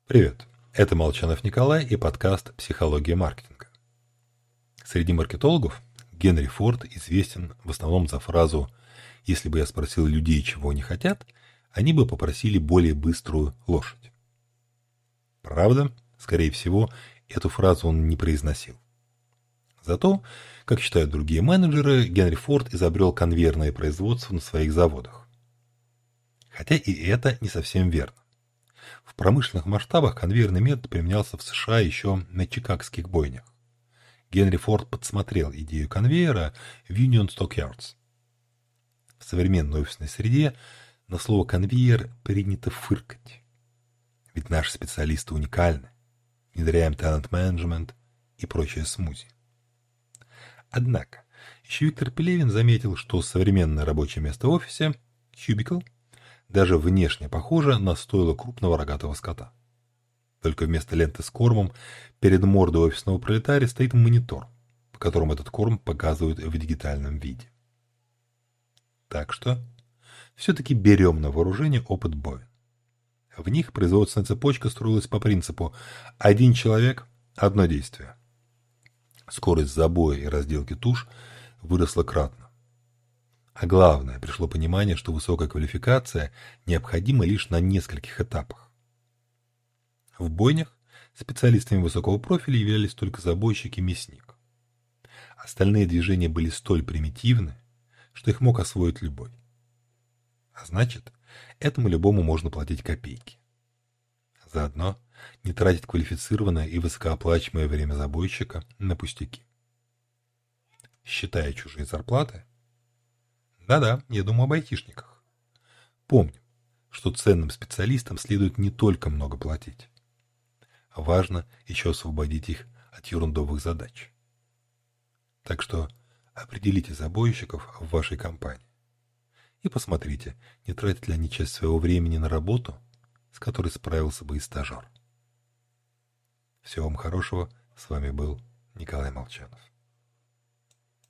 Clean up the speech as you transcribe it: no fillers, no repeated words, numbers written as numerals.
Привет, это Молчанов Николай и подкаст «Психология маркетинга». Среди маркетологов Генри Форд известен в основном за фразу «Если бы я спросил людей, чего они хотят, они бы попросили более быструю лошадь». Правда, скорее всего, эту фразу он не произносил. Зато, как считают другие менеджеры, Генри Форд изобрел конвейерное производство на своих заводах. Хотя и это не совсем верно. В промышленных масштабах конвейерный метод применялся в США еще на чикагских бойнях. Генри Форд подсмотрел идею конвейера в Union Stockyards. В современной офисной среде на слово «конвейер» принято фыркать. Ведь наши специалисты уникальны. Внедряем талант-менеджмент и прочее смузи. Однако, еще Виктор Пелевин заметил, что современное рабочее место в офисе, cubicle, даже внешне похоже на стойло крупного рогатого скота. Только вместо ленты с кормом перед мордой офисного пролетария стоит монитор, по которому этот корм показывают в дигитальном виде. Так что, все-таки берем на вооружение опыт Бовен. В них производственная цепочка строилась по принципу «один человек – одно действие». Скорость забоя и разделки туш выросла кратно. А главное, пришло понимание, что высокая квалификация необходима лишь на нескольких этапах. В бойнях специалистами высокого профиля являлись только забойщик и мясник. Остальные движения были столь примитивны, что их мог освоить любой. А значит, этому любому можно платить копейки. Заодно не тратить квалифицированное и высокооплачиваемое время забойщика на пустяки. Считая чужие зарплаты, да-да, я думаю об айтишниках. Помним, что ценным специалистам следует не только много платить. Важно еще освободить их от ерундовых задач. Так что определите забойщиков в вашей компании. И посмотрите, не тратят ли они часть своего времени на работу, с которой справился бы и стажер. Всего вам хорошего. С вами был Николай Молчанов.